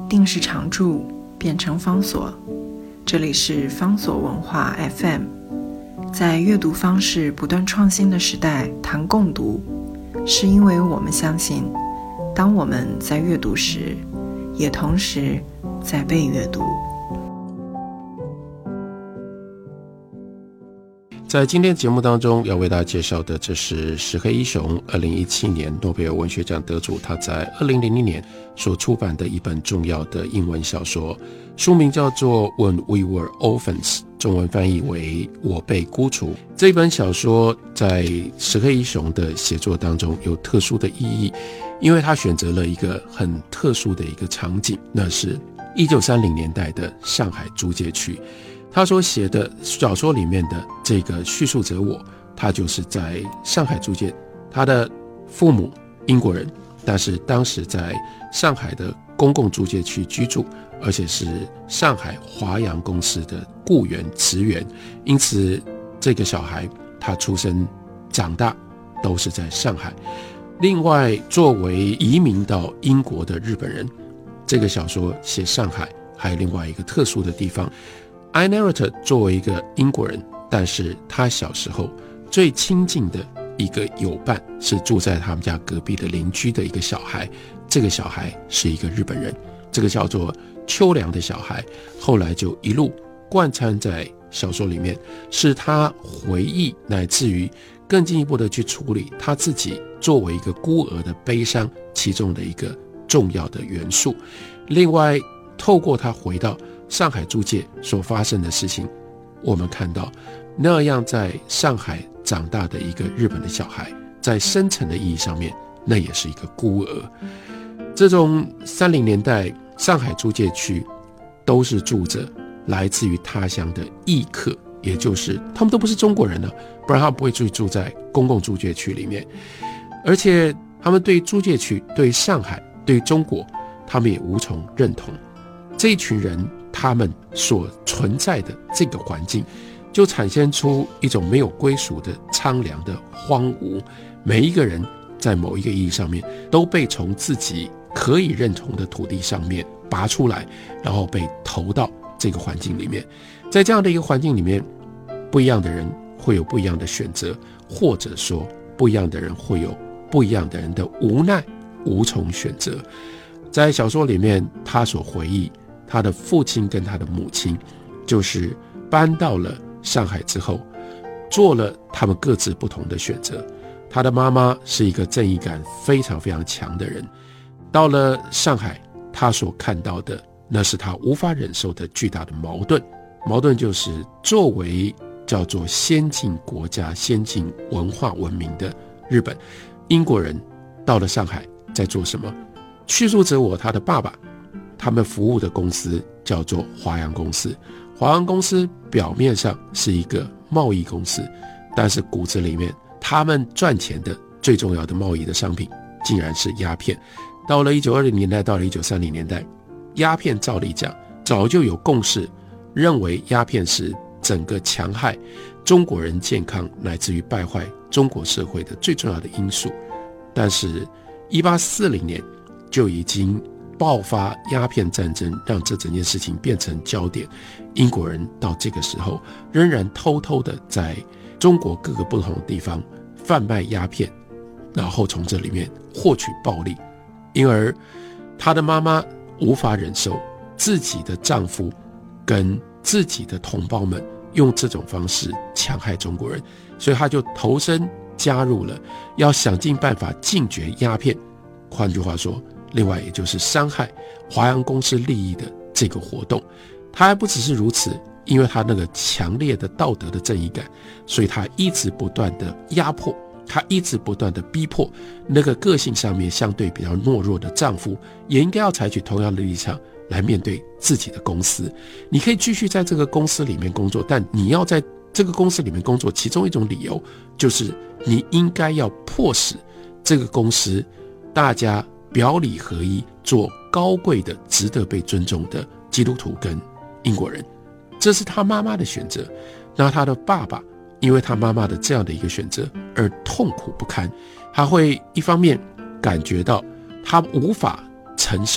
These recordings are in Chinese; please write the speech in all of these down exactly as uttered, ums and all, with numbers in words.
定时常驻变成方所。这里是方所文化 F M， 在阅读方式不断创新的时代谈共读，是因为我们相信，当我们在阅读时，也同时在被阅读。 在今天节目当中要为大家介绍的，这是石黑一雄二零一七年诺贝尔文学奖得主，他在二零零零年所出版的一本重要的英文小说，书名叫做 When We Were Orphans， 中文翻译为我被孤雏。这本小说在石黑一雄的写作当中有特殊的意义，因为他选择了一个很特殊的一个场景，那是一九三零年代的上海租界区。他所写的小说里面的这个叙述者我，他就是在上海租界，他的父母英国人，但是当时在上海的公共租界区居住，而且是上海华阳公司的雇员职员，因此这个小孩他出生长大都是在上海。另外作为移民到英国的日本人，这个小说写上海还有另外一个特殊的地方。I Narrator 作为一个英国人，但是他小时候最亲近的一个友伴是住在他们家隔壁的邻居的一个小孩，这个小孩是一个日本人，这个叫做秋良的小孩，后来就一路贯穿在小说里面，是他回忆乃至于更进一步的去处理他自己作为一个孤儿的悲伤其中的一个重要的元素。另外透过他回到上海租界所发生的事情，我们看到那样在上海长大的一个日本的小孩，在深层的意义上面，那也是一个孤儿。这种三零年代上海租界区都是住着来自于他乡的异客，也就是他们都不是中国人了，不然他们不会住住在公共租界区里面。而且他们对租界区、对上海、对中国，他们也无从认同。这一群人他们所存在的这个环境，就产生出一种没有归属的苍凉的荒芜。每一个人在某一个意义上面都被从自己可以认同的土地上面拔出来，然后被投到这个环境里面。在这样的一个环境里面，不一样的人会有不一样的选择，或者说不一样的人会有不一样的人的无奈，无从选择。在小说里面，他所回忆他的父亲跟他的母亲就是搬到了上海之后，做了他们各自不同的选择。他的妈妈是一个正义感非常非常强的人，到了上海，他所看到的那是他无法忍受的巨大的矛盾。矛盾就是作为叫做先进国家、先进文化文明的日本，英国人到了上海在做什么？叙述者我他的爸爸，他们服务的公司叫做华阳公司。华阳公司表面上是一个贸易公司，但是骨子里面他们赚钱的最重要的贸易的商品竟然是鸦片。到了一九二零年代，到了一九三零年代，鸦片照理讲早就有共识，认为鸦片是整个戕害中国人健康乃至于败坏中国社会的最重要的因素。但是一八四零年就已经爆发鸦片战争，让这整件事情变成焦点。英国人到这个时候仍然偷偷的在中国各个不同的地方贩卖鸦片，然后从这里面获取暴利。因而她的妈妈无法忍受自己的丈夫跟自己的同胞们用这种方式戕害中国人，所以她就投身加入了要想尽办法禁绝鸦片，换句话说，另外也就是伤害华阳公司利益的这个活动。他还不只是如此，因为他那个强烈的道德的正义感，所以他一直不断的压迫，他一直不断的逼迫那个个性上面相对比较懦弱的丈夫，也应该要采取同样的立场来面对自己的公司。你可以继续在这个公司里面工作，但你要在这个公司里面工作，其中一种理由就是你应该要迫使这个公司大家表里合一，做高贵的值得被尊重的基督徒跟英国人。这是他妈妈的选择。那他的爸爸因为他妈妈的这样的一个选择而痛苦不堪，他会一方面感觉到他无法承受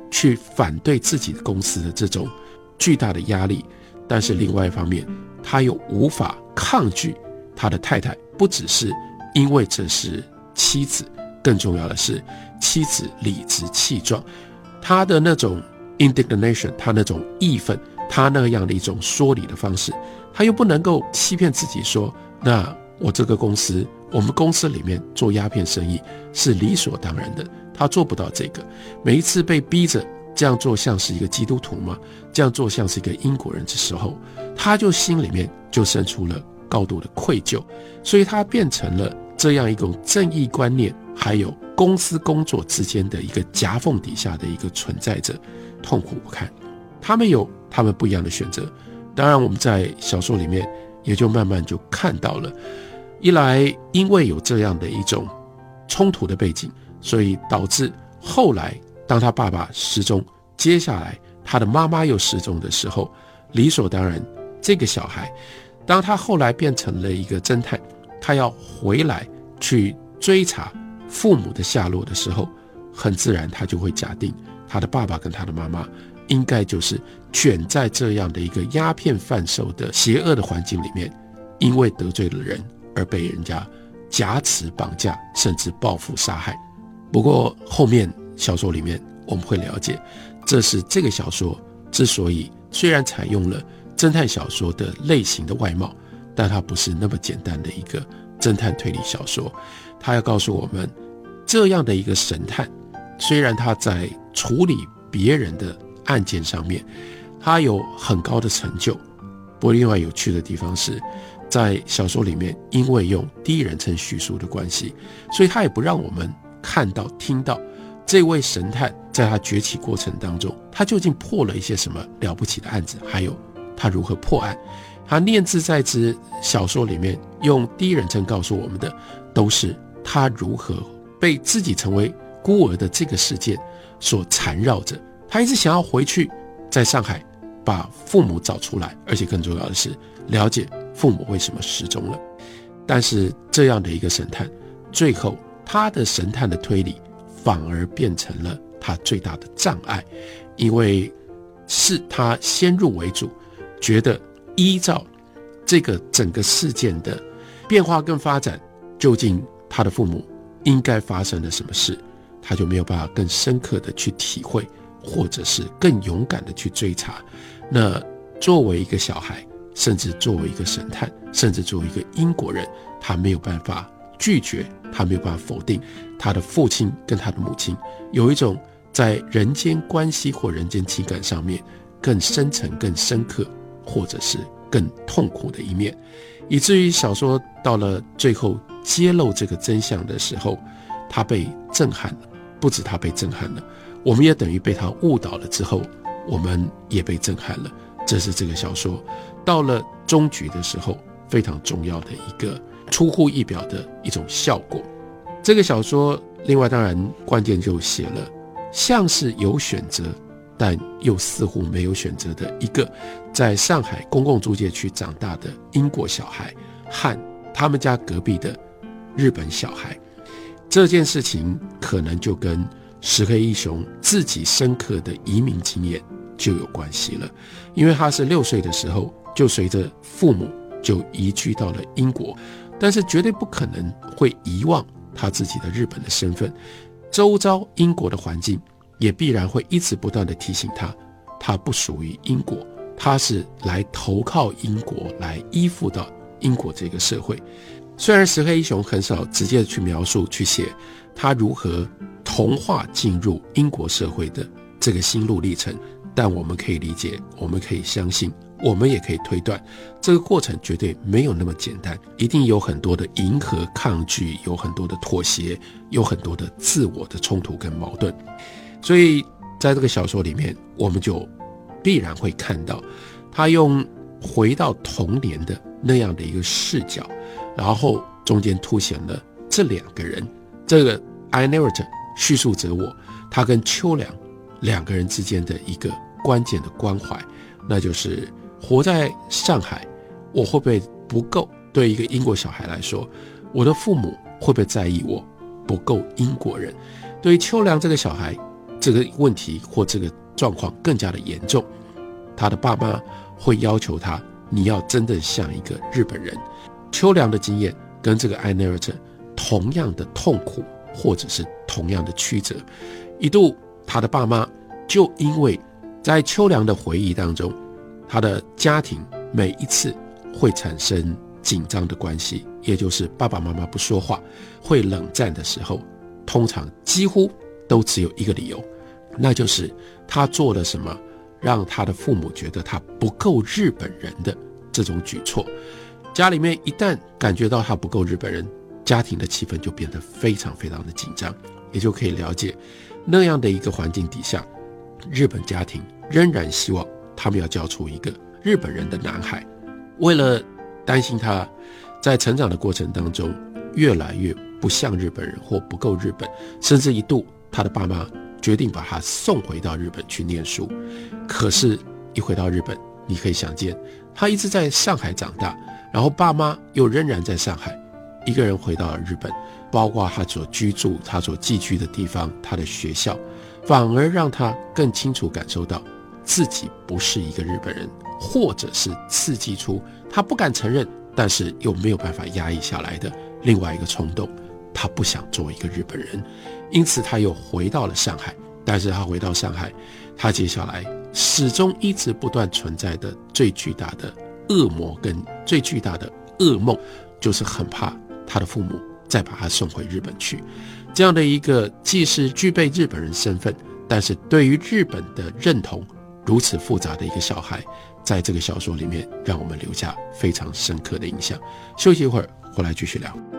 去反对自己的公司的这种巨大的压力，但是另外一方面他又无法抗拒他的太太，不只是因为这是妻子，更重要的是妻子理直气壮，他的那种 indignation， 他那种义愤，他那样的一种说理的方式，他又不能够欺骗自己说，那我这个公司，我们公司里面做鸦片生意是理所当然的，他做不到这个。每一次被逼着这样做像是一个基督徒吗？这样做像是一个英国人的时候，他就心里面就生出了高度的愧疚，所以他变成了这样一种正义观念还有公司工作之间的一个夹缝底下的一个存在者，痛苦不堪。他们有他们不一样的选择，当然我们在小说里面也就慢慢就看到了，一来因为有这样的一种冲突的背景，所以导致后来当他爸爸失踪，接下来他的妈妈又失踪的时候，理所当然这个小孩当他后来变成了一个侦探，他要回来去追查父母的下落的时候，很自然他就会假定他的爸爸跟他的妈妈应该就是卷在这样的一个鸦片贩售的邪恶的环境里面，因为得罪了人而被人家挟持绑架，甚至报复杀害。不过后面小说里面我们会了解，这是这个小说之所以虽然采用了侦探小说的类型的外貌，但它不是那么简单的一个侦探推理小说。它要告诉我们，这样的一个神探，虽然他在处理别人的案件上面他有很高的成就，不过另外有趣的地方是，在小说里面因为用第一人称叙述的关系，所以他也不让我们看到听到这位神探在他崛起过程当中，他究竟破了一些什么了不起的案子，还有他如何破案。他念兹在兹小说里面用第一人称告诉我们的，都是他如何被自己成为孤儿的这个事件所缠绕着，他一直想要回去在上海把父母找出来，而且更重要的是了解父母为什么失踪了。但是这样的一个神探，最后他的神探的推理反而变成了他最大的障碍，因为是他先入为主，觉得依照这个整个事件的变化跟发展，究竟他的父母应该发生了什么事，他就没有办法更深刻的去体会，或者是更勇敢的去追查。那作为一个小孩，甚至作为一个神探，甚至作为一个英国人，他没有办法拒绝，他没有办法否定他的父亲跟他的母亲有一种在人间关系或人间情感上面更深层更深刻，或者是更痛苦的一面，以至于小说到了最后揭露这个真相的时候，他被震撼了。不止他被震撼了，我们也等于被他误导了之后，我们也被震撼了。这是这个小说到了终局的时候非常重要的一个出乎意表的一种效果。这个小说另外当然关键就写了像是有选择但又似乎没有选择的一个在上海公共租界区长大的英国小孩和他们家隔壁的日本小孩。这件事情可能就跟石黑一雄自己深刻的移民经验就有关系了，因为他是六岁的时候就随着父母就移居到了英国，但是绝对不可能会遗忘他自己的日本的身份，周遭英国的环境也必然会一直不断的提醒他，他不属于英国，他是来投靠英国，来依附到英国这个社会。虽然石黑一雄很少直接去描述去写他如何同化进入英国社会的这个心路历程，但我们可以理解，我们可以相信，我们也可以推断，这个过程绝对没有那么简单，一定有很多的迎合抗拒，有很多的妥协，有很多的自我的冲突跟矛盾。所以在这个小说里面，我们就必然会看到他用回到童年的那样的一个视角，然后中间凸显了这两个人，这个 I narrator 叙述者我，他跟秋良两个人之间的一个关键的关怀，那就是活在上海，我会不会不够，对一个英国小孩来说，我的父母会不会在意我不够英国人。对于秋良这个小孩， 这个问题或这个状况更加的严重，他的爸妈会要求他，你要真的像一个日本人。秋良的经验跟这个艾内尔特同样的痛苦，或者是同样的曲折。一度他的爸妈就因为在秋良的回忆当中，他的家庭每一次会产生紧张的关系，也就是爸爸妈妈不说话，会冷战的时候，通常几乎都只有一个理由，那就是他做了什么让他的父母觉得他不够日本人的这种举措。家里面一旦感觉到他不够日本人，家庭的气氛就变得非常非常的紧张，也就可以了解那样的一个环境底下，日本家庭仍然希望他们要教出一个日本人的男孩。为了担心他在成长的过程当中越来越不像日本人或不够日本，甚至一度他的爸妈决定把他送回到日本去念书。可是一回到日本，你可以想见他一直在上海长大，然后爸妈又仍然在上海，一个人回到了日本，包括他所居住他所寄居的地方，他的学校，反而让他更清楚感受到自己不是一个日本人，或者是刺激出他不敢承认但是又没有办法压抑下来的另外一个冲动，他不想做一个日本人。因此他又回到了上海，但是他回到上海，他接下来始终一直不断存在的最巨大的恶魔跟最巨大的噩梦，就是很怕他的父母再把他送回日本去。这样的一个既是具备日本人身份，但是对于日本的认同如此复杂的一个小孩，在这个小说里面让我们留下非常深刻的印象。休息一会儿，回来继续聊。